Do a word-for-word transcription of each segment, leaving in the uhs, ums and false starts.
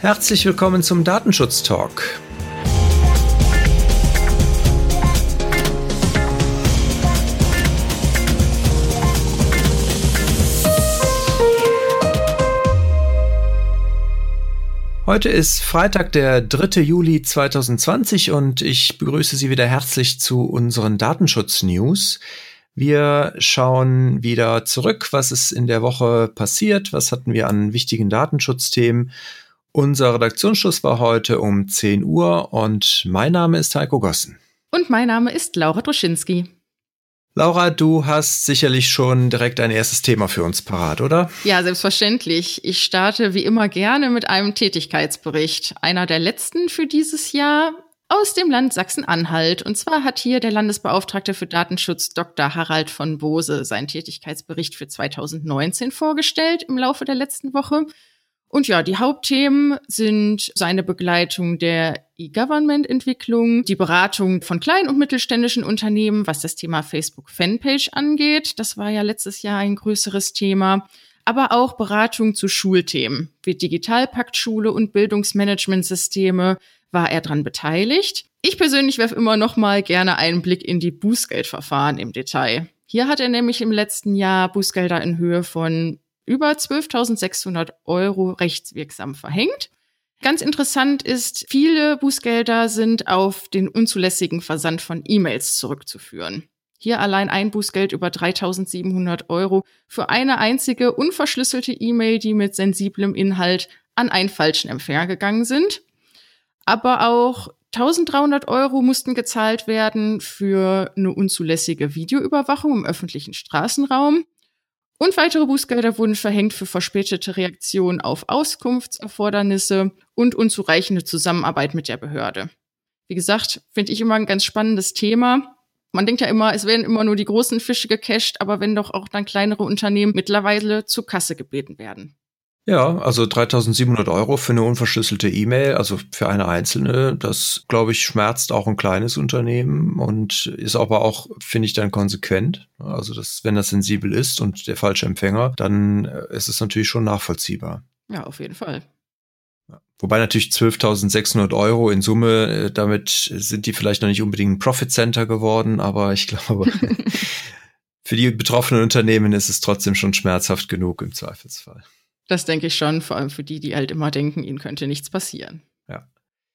Herzlich willkommen zum Datenschutz-Talk. Heute ist Freitag, der dritte Juli zweitausendzwanzig und ich begrüße Sie wieder herzlich zu unseren Datenschutz-News. Wir schauen wieder zurück, was ist in der Woche passiert, was hatten wir an wichtigen Datenschutzthemen. Unser Redaktionsschluss war heute um zehn Uhr und mein Name ist Heiko Gossen. Und mein Name ist Laura Droschinski. Laura, du hast sicherlich schon direkt ein erstes Thema für uns parat, oder? Ja, selbstverständlich. Ich starte wie immer gerne mit einem Tätigkeitsbericht. Einer der letzten für dieses Jahr aus dem Land Sachsen-Anhalt. Und zwar hat hier der Landesbeauftragte für Datenschutz Doktor Harald von Bose seinen Tätigkeitsbericht für zweitausendneunzehn vorgestellt im Laufe der letzten Woche. Und ja, die Hauptthemen sind seine Begleitung der E-Government-Entwicklung, die Beratung von kleinen und mittelständischen Unternehmen, was das Thema Facebook-Fanpage angeht. Das war ja letztes Jahr ein größeres Thema. Aber auch Beratung zu Schulthemen, wie Digitalpakt Schule und Bildungsmanagementsysteme war er dran beteiligt. Ich persönlich werfe immer noch mal gerne einen Blick in die Bußgeldverfahren im Detail. Hier hat er nämlich im letzten Jahr Bußgelder in Höhe von über zwölftausendsechshundert Euro rechtswirksam verhängt. Ganz interessant ist, viele Bußgelder sind auf den unzulässigen Versand von E-Mails zurückzuführen. Hier allein ein Bußgeld über dreitausendsiebenhundert Euro für eine einzige unverschlüsselte E-Mail, die mit sensiblem Inhalt an einen falschen Empfänger gegangen sind. Aber auch eintausenddreihundert Euro mussten gezahlt werden für eine unzulässige Videoüberwachung im öffentlichen Straßenraum. Und weitere Bußgelder wurden verhängt für verspätete Reaktionen auf Auskunftserfordernisse und unzureichende Zusammenarbeit mit der Behörde. Wie gesagt, finde ich immer ein ganz spannendes Thema. Man denkt ja immer, es werden immer nur die großen Fische gecasht, aber wenn doch auch dann kleinere Unternehmen mittlerweile zur Kasse gebeten werden. Ja, also dreitausendsiebenhundert Euro für eine unverschlüsselte E-Mail, also für eine einzelne, das, glaube ich, schmerzt auch ein kleines Unternehmen und ist aber auch, finde ich, dann konsequent. Also das, wenn das sensibel ist und der falsche Empfänger, dann ist es natürlich schon nachvollziehbar. Ja, auf jeden Fall. Wobei natürlich zwölftausendsechshundert Euro in Summe, damit sind die vielleicht noch nicht unbedingt ein Profit Center geworden, aber ich glaube, für die betroffenen Unternehmen ist es trotzdem schon schmerzhaft genug im Zweifelsfall. Das denke ich schon, vor allem für die, die halt immer denken, ihnen könnte nichts passieren. Ja.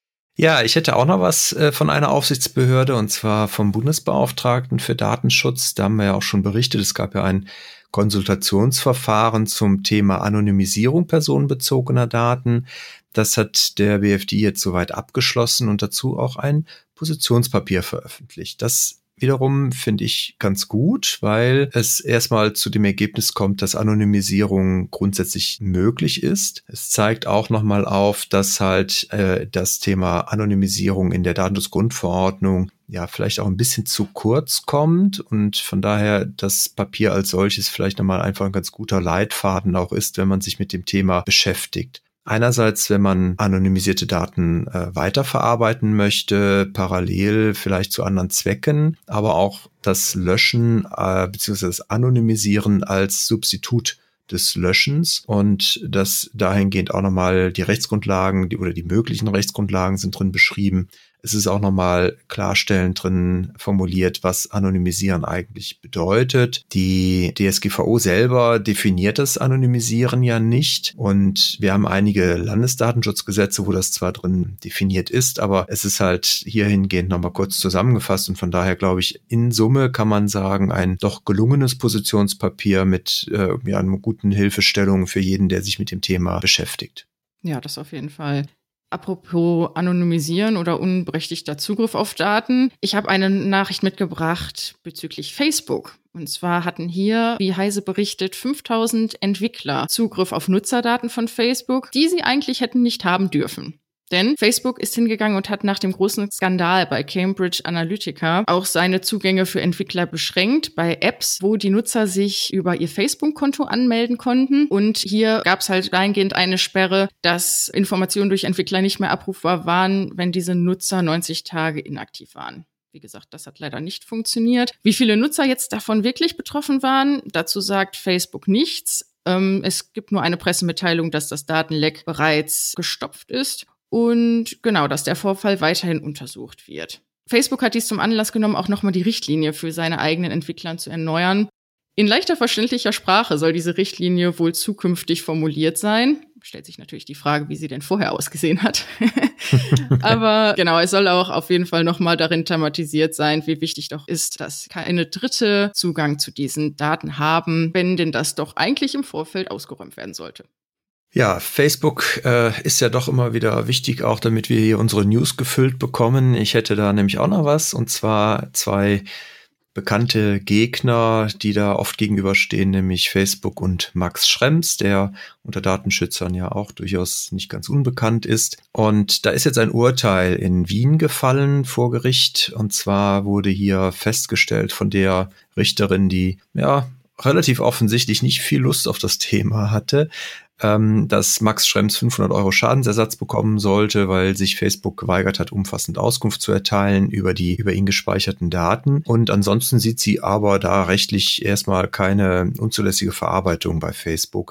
Ja, ich hätte auch noch was äh, von einer Aufsichtsbehörde, und zwar vom Bundesbeauftragten für Datenschutz. Da haben wir ja auch schon berichtet, es gab ja ein Konsultationsverfahren zum Thema Anonymisierung personenbezogener Daten. Das hat der B F D jetzt soweit abgeschlossen und dazu auch ein Positionspapier veröffentlicht. Das wiederum finde ich ganz gut, weil es erstmal zu dem Ergebnis kommt, dass Anonymisierung grundsätzlich möglich ist. Es zeigt auch nochmal auf, dass halt äh, das Thema Anonymisierung in der Datenschutzgrundverordnung ja vielleicht auch ein bisschen zu kurz kommt und von daher das Papier als solches vielleicht nochmal einfach ein ganz guter Leitfaden auch ist, wenn man sich mit dem Thema beschäftigt. Einerseits, wenn man anonymisierte Daten äh, weiterverarbeiten möchte, parallel vielleicht zu anderen Zwecken, aber auch das Löschen äh, bzw. das Anonymisieren als Substitut des Löschens und das dahingehend auch nochmal die Rechtsgrundlagen die, oder die möglichen Rechtsgrundlagen sind drin beschrieben. Es ist auch nochmal klarstellend drin formuliert, was Anonymisieren eigentlich bedeutet. Die D S G V O selber definiert das Anonymisieren ja nicht und wir haben einige Landesdatenschutzgesetze, wo das zwar drin definiert ist, aber es ist halt hierhingehend nochmal kurz zusammengefasst und von daher glaube ich, in Summe kann man sagen, ein doch gelungenes Positionspapier mit äh, ja, einer guten Hilfestellung für jeden, der sich mit dem Thema beschäftigt. Ja, das auf jeden Fall. Apropos Anonymisieren oder unberechtigter Zugriff auf Daten. Ich habe eine Nachricht mitgebracht bezüglich Facebook. Und zwar hatten hier, wie Heise berichtet, fünftausend Entwickler Zugriff auf Nutzerdaten von Facebook, die sie eigentlich hätten nicht haben dürfen. Denn Facebook ist hingegangen und hat nach dem großen Skandal bei Cambridge Analytica auch seine Zugänge für Entwickler beschränkt bei Apps, wo die Nutzer sich über ihr Facebook-Konto anmelden konnten. Und hier gab es halt dahingehend eine Sperre, dass Informationen durch Entwickler nicht mehr abrufbar waren, wenn diese Nutzer neunzig Tage inaktiv waren. Wie gesagt, das hat leider nicht funktioniert. Wie viele Nutzer jetzt davon wirklich betroffen waren, dazu sagt Facebook nichts. Ähm, es gibt nur eine Pressemitteilung, dass das Datenleck bereits gestopft ist und genau, dass der Vorfall weiterhin untersucht wird. Facebook hat dies zum Anlass genommen, auch nochmal die Richtlinie für seine eigenen Entwickler zu erneuern. In leichter verständlicher Sprache soll diese Richtlinie wohl zukünftig formuliert sein. Stellt sich natürlich die Frage, wie sie denn vorher ausgesehen hat. Aber genau, es soll auch auf jeden Fall nochmal darin thematisiert sein, wie wichtig doch ist, dass keine Dritte Zugang zu diesen Daten haben, wenn denn das doch eigentlich im Vorfeld ausgeräumt werden sollte. Ja, Facebook äh, ist ja doch immer wieder wichtig, auch damit wir hier unsere News gefüllt bekommen. Ich hätte da nämlich auch noch was, und zwar zwei bekannte Gegner, die da oft gegenüberstehen, nämlich Facebook und Max Schrems, der unter Datenschützern ja auch durchaus nicht ganz unbekannt ist. Und da ist jetzt ein Urteil in Wien gefallen vor Gericht. Und zwar wurde hier festgestellt von der Richterin, die ja relativ offensichtlich nicht viel Lust auf das Thema hatte, dass Max Schrems fünfhundert Euro Schadensersatz bekommen sollte, weil sich Facebook geweigert hat, umfassend Auskunft zu erteilen über die über ihn gespeicherten Daten. Und ansonsten sieht sie aber da rechtlich erstmal keine unzulässige Verarbeitung bei Facebook.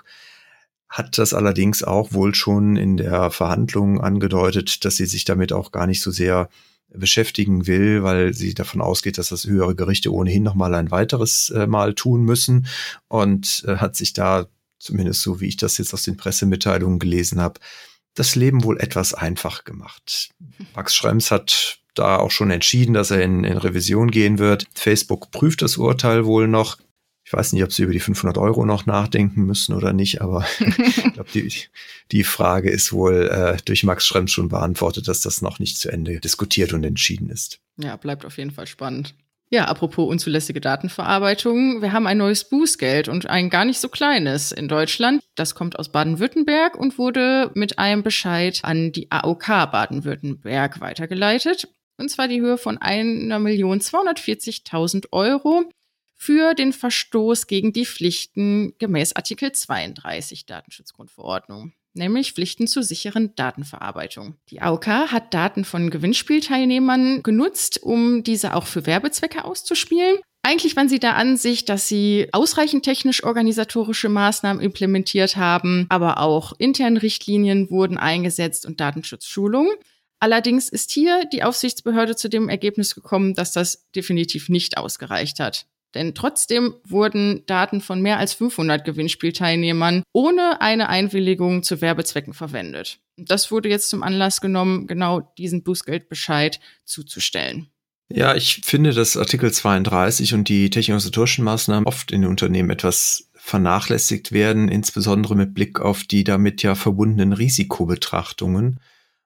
Hat das allerdings auch wohl schon in der Verhandlung angedeutet, dass sie sich damit auch gar nicht so sehr beschäftigen will, weil sie davon ausgeht, dass das höhere Gerichte ohnehin noch mal ein weiteres äh, Mal tun müssen, und äh, hat sich da, zumindest so wie ich das jetzt aus den Pressemitteilungen gelesen habe, das Leben wohl etwas einfach gemacht. Max Schrems hat da auch schon entschieden, dass er in, in Revision gehen wird. Facebook prüft das Urteil wohl noch. Ich weiß nicht, ob sie über die fünfhundert Euro noch nachdenken müssen oder nicht, aber ich glaube, die, die Frage ist wohl äh, durch Max Schrems schon beantwortet, dass das noch nicht zu Ende diskutiert und entschieden ist. Ja, bleibt auf jeden Fall spannend. Ja, apropos unzulässige Datenverarbeitung. Wir haben ein neues Bußgeld und ein gar nicht so kleines in Deutschland. Das kommt aus Baden-Württemberg und wurde mit einem Bescheid an die A O K Baden-Württemberg weitergeleitet. Und zwar die Höhe von eine Million zweihundertvierzigtausend Euro für den Verstoß gegen die Pflichten gemäß Artikel zweiunddreißig Datenschutzgrundverordnung. Nämlich Pflichten zur sicheren Datenverarbeitung. Die A O K hat Daten von Gewinnspielteilnehmern genutzt, um diese auch für Werbezwecke auszuspielen. Eigentlich waren sie der Ansicht, dass sie ausreichend technisch-organisatorische Maßnahmen implementiert haben, aber auch interne Richtlinien wurden eingesetzt und Datenschutzschulungen. Allerdings ist hier die Aufsichtsbehörde zu dem Ergebnis gekommen, dass das definitiv nicht ausgereicht hat. Denn trotzdem wurden Daten von mehr als fünfhundert Gewinnspielteilnehmern ohne eine Einwilligung zu Werbezwecken verwendet. Und das wurde jetzt zum Anlass genommen, genau diesen Bußgeldbescheid zuzustellen. Ja, ich finde, dass Artikel zweiunddreißig und die technisch-organisatorischen Maßnahmen oft in den Unternehmen etwas vernachlässigt werden, insbesondere mit Blick auf die damit ja verbundenen Risikobetrachtungen.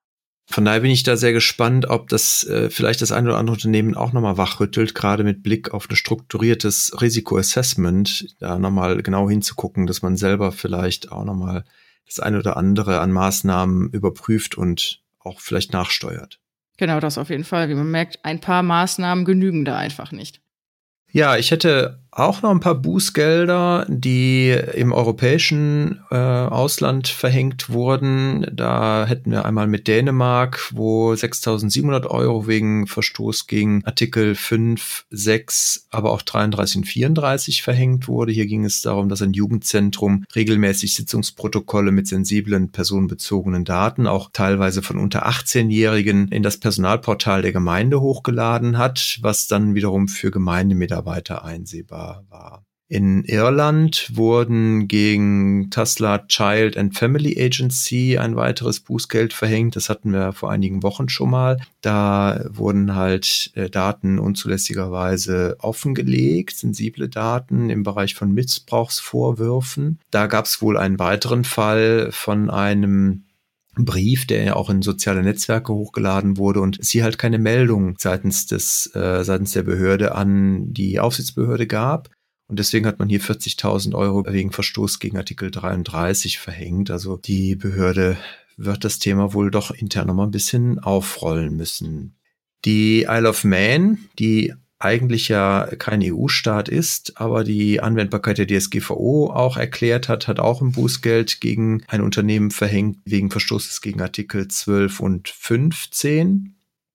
Von daher bin ich da sehr gespannt, ob das äh, vielleicht das ein oder andere Unternehmen auch nochmal wachrüttelt, gerade mit Blick auf ein strukturiertes Risikoassessment, da nochmal genau hinzugucken, dass man selber vielleicht auch nochmal das eine oder andere an Maßnahmen überprüft und auch vielleicht nachsteuert. Genau, das auf jeden Fall. Wie man merkt, ein paar Maßnahmen genügen da einfach nicht. Ja, ich hätte auch noch ein paar Bußgelder, die im europäischen äh, Ausland verhängt wurden. Da hätten wir einmal mit Dänemark, wo sechstausendsiebenhundert Euro wegen Verstoß gegen Artikel fünf, sechs, aber auch dreiunddreißig und vierunddreißig verhängt wurde. Hier ging es darum, dass ein Jugendzentrum regelmäßig Sitzungsprotokolle mit sensiblen personenbezogenen Daten, auch teilweise von unter achtzehnjährigen, in das Personalportal der Gemeinde hochgeladen hat, was dann wiederum für Gemeindemitarbeiter einsehbar war. In Irland wurden gegen Tasla Child and Family Agency ein weiteres Bußgeld verhängt. Das hatten wir vor einigen Wochen schon mal. Da wurden halt äh, Daten unzulässigerweise offengelegt, sensible Daten im Bereich von Missbrauchsvorwürfen. Da gab es wohl einen weiteren Fall von einem Brief, der ja auch in soziale Netzwerke hochgeladen wurde und sie halt keine Meldung seitens des äh, seitens der Behörde an die Aufsichtsbehörde gab. Und deswegen hat man hier vierzigtausend Euro wegen Verstoß gegen Artikel dreiunddreißig verhängt. Also die Behörde wird das Thema wohl doch intern noch mal ein bisschen aufrollen müssen. Die Isle of Man, die eigentlich ja kein E U-Staat ist, aber die Anwendbarkeit der D S G V O auch erklärt hat, hat auch ein Bußgeld gegen ein Unternehmen verhängt wegen Verstoßes gegen Artikel zwölf und fünfzehn.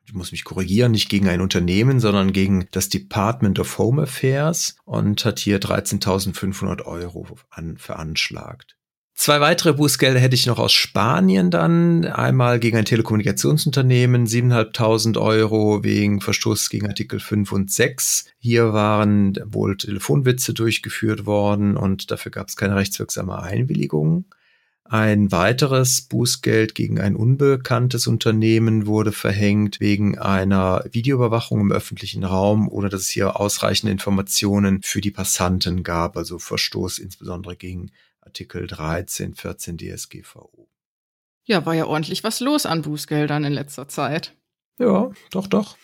ich muss mich korrigieren, nicht gegen ein Unternehmen, sondern gegen das Department of Home Affairs und hat hier dreizehntausendfünfhundert Euro an, veranschlagt. Zwei weitere Bußgelder hätte ich noch aus Spanien dann. Einmal gegen ein Telekommunikationsunternehmen, siebentausendfünfhundert Euro wegen Verstoß gegen Artikel fünf und sechs. Hier waren wohl Telefonwitze durchgeführt worden und dafür gab es keine rechtswirksame Einwilligung. Ein weiteres Bußgeld gegen ein unbekanntes Unternehmen wurde verhängt wegen einer Videoüberwachung im öffentlichen Raum, ohne dass es hier ausreichende Informationen für die Passanten gab, also Verstoß insbesondere gegen Artikel dreizehn, vierzehn D S G V O. Ja, war ja ordentlich was los an Bußgeldern in letzter Zeit. Ja, doch, doch.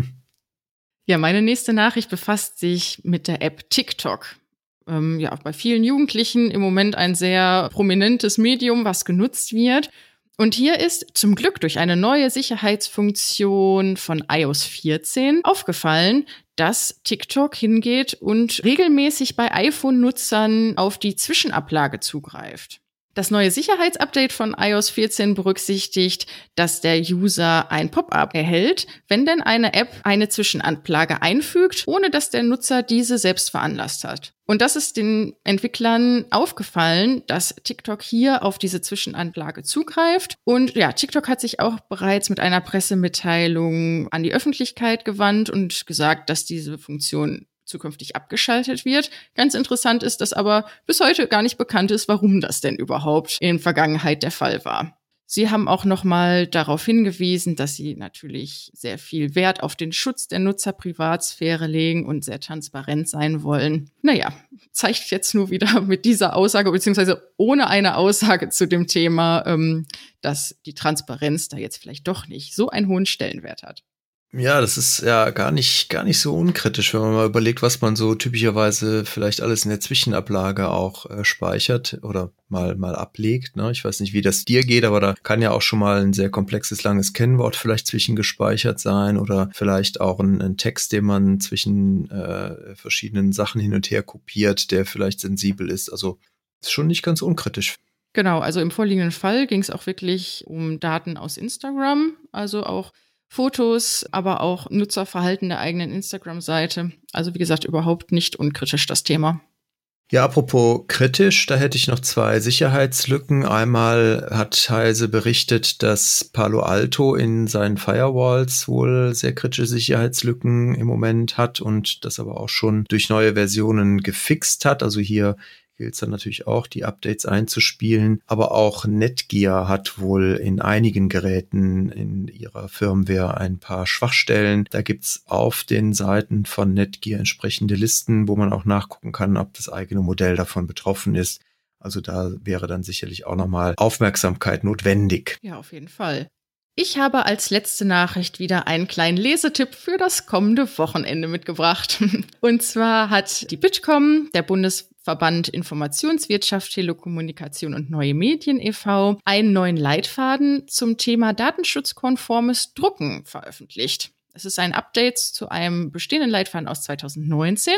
Ja, meine nächste Nachricht befasst sich mit der App TikTok. Ähm, ja, bei vielen Jugendlichen im Moment ein sehr prominentes Medium, was genutzt wird. Und hier ist zum Glück durch eine neue Sicherheitsfunktion von i O S vierzehn aufgefallen, dass TikTok hingeht und regelmäßig bei iPhone-Nutzern auf die Zwischenablage zugreift. Das neue Sicherheitsupdate von i O S vierzehn berücksichtigt, dass der User ein Pop-up erhält, wenn denn eine App eine Zwischenablage einfügt, ohne dass der Nutzer diese selbst veranlasst hat. Und das ist den Entwicklern aufgefallen, dass TikTok hier auf diese Zwischenablage zugreift. Und ja, TikTok hat sich auch bereits mit einer Pressemitteilung an die Öffentlichkeit gewandt und gesagt, dass diese Funktion zukünftig abgeschaltet wird. Ganz interessant ist, dass aber bis heute gar nicht bekannt ist, warum das denn überhaupt in Vergangenheit der Fall war. Sie haben auch noch mal darauf hingewiesen, dass sie natürlich sehr viel Wert auf den Schutz der Nutzerprivatsphäre legen und sehr transparent sein wollen. Naja, zeigt jetzt nur wieder mit dieser Aussage, beziehungsweise ohne eine Aussage zu dem Thema, ähm, dass die Transparenz da jetzt vielleicht doch nicht so einen hohen Stellenwert hat. Ja, das ist ja gar nicht, gar nicht so unkritisch, wenn man mal überlegt, was man so typischerweise vielleicht alles in der Zwischenablage auch äh, speichert oder mal, mal ablegt, ne? Ich weiß nicht, wie das dir geht, aber da kann ja auch schon mal ein sehr komplexes, langes Kennwort vielleicht zwischengespeichert sein oder vielleicht auch ein, ein Text, den man zwischen äh, verschiedenen Sachen hin und her kopiert, der vielleicht sensibel ist. Also, ist schon nicht ganz unkritisch. Genau, also im vorliegenden Fall ging es auch wirklich um Daten aus Instagram, also auch Fotos, aber auch Nutzerverhalten der eigenen Instagram-Seite. Also wie gesagt, überhaupt nicht unkritisch das Thema. Ja, apropos kritisch, da hätte ich noch zwei Sicherheitslücken. Einmal hat Heise berichtet, dass Palo Alto in seinen Firewalls wohl sehr kritische Sicherheitslücken im Moment hat und das aber auch schon durch neue Versionen gefixt hat. Also hier gilt es dann natürlich auch, die Updates einzuspielen. Aber auch Netgear hat wohl in einigen Geräten in ihrer Firmware ein paar Schwachstellen. Da gibt's auf den Seiten von Netgear entsprechende Listen, wo man auch nachgucken kann, ob das eigene Modell davon betroffen ist. Also da wäre dann sicherlich auch nochmal Aufmerksamkeit notwendig. Ja, auf jeden Fall. Ich habe als letzte Nachricht wieder einen kleinen Lesetipp für das kommende Wochenende mitgebracht. Und zwar hat die Bitkom, der Bundesverband Informationswirtschaft, Telekommunikation und Neue Medien e V, einen neuen Leitfaden zum Thema datenschutzkonformes Drucken veröffentlicht. Es ist ein Update zu einem bestehenden Leitfaden aus zweitausendneunzehn.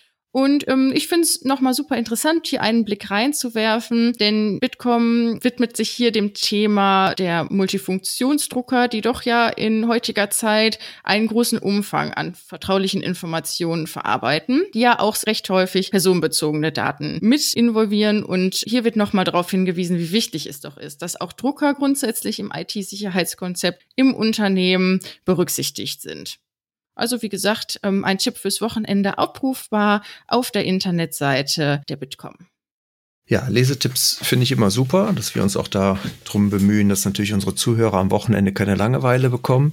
Und ähm, ich finde es nochmal super interessant, hier einen Blick reinzuwerfen, denn Bitkom widmet sich hier dem Thema der Multifunktionsdrucker, die doch ja in heutiger Zeit einen großen Umfang an vertraulichen Informationen verarbeiten, die ja auch recht häufig personenbezogene Daten mit involvieren. Und hier wird nochmal darauf hingewiesen, wie wichtig es doch ist, dass auch Drucker grundsätzlich im I T-Sicherheitskonzept im Unternehmen berücksichtigt sind. Also wie gesagt, ein Tipp fürs Wochenende abrufbar auf der Internetseite der Bitkom. Ja, Lesetipps finde ich immer super, dass wir uns auch darum bemühen, dass natürlich unsere Zuhörer am Wochenende keine Langeweile bekommen.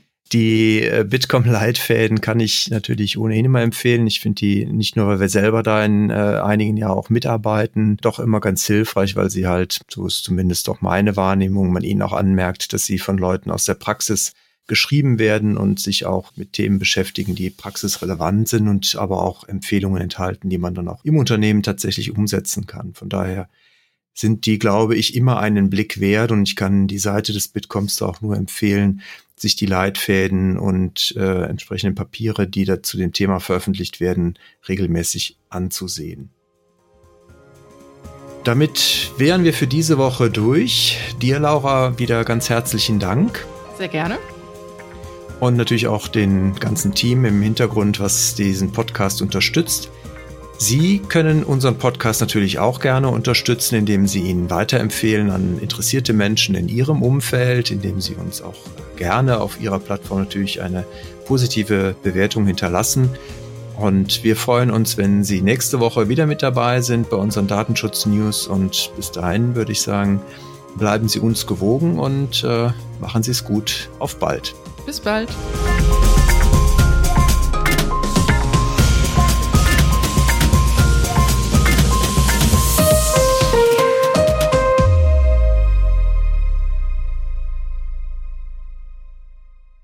Die äh, Bitkom-Leitfäden kann ich natürlich ohnehin immer empfehlen. Ich finde die nicht nur, weil wir selber da in äh, einigen Jahren auch mitarbeiten, doch immer ganz hilfreich, weil sie halt, so ist zumindest doch meine Wahrnehmung, man ihnen auch anmerkt, dass sie von Leuten aus der Praxis geschrieben werden und sich auch mit Themen beschäftigen, die praxisrelevant sind und aber auch Empfehlungen enthalten, die man dann auch im Unternehmen tatsächlich umsetzen kann. Von daher sind die, glaube ich, immer einen Blick wert und ich kann die Seite des Bitkoms auch nur empfehlen, sich die Leitfäden und äh, entsprechenden Papiere, die da zu dem Thema veröffentlicht werden, regelmäßig anzusehen. Damit wären wir für diese Woche durch. Dir, Laura, wieder ganz herzlichen Dank. Sehr gerne. und natürlich auch den ganzen Team im Hintergrund, was diesen Podcast unterstützt. Sie können unseren Podcast natürlich auch gerne unterstützen, indem Sie ihn weiterempfehlen an interessierte Menschen in Ihrem Umfeld, indem Sie uns auch gerne auf Ihrer Plattform natürlich eine positive Bewertung hinterlassen. Und wir freuen uns, wenn Sie nächste Woche wieder mit dabei sind bei unseren Datenschutz-News. Und bis dahin würde ich sagen, bleiben Sie uns gewogen und äh, machen Sie es gut. Auf bald. Bis bald.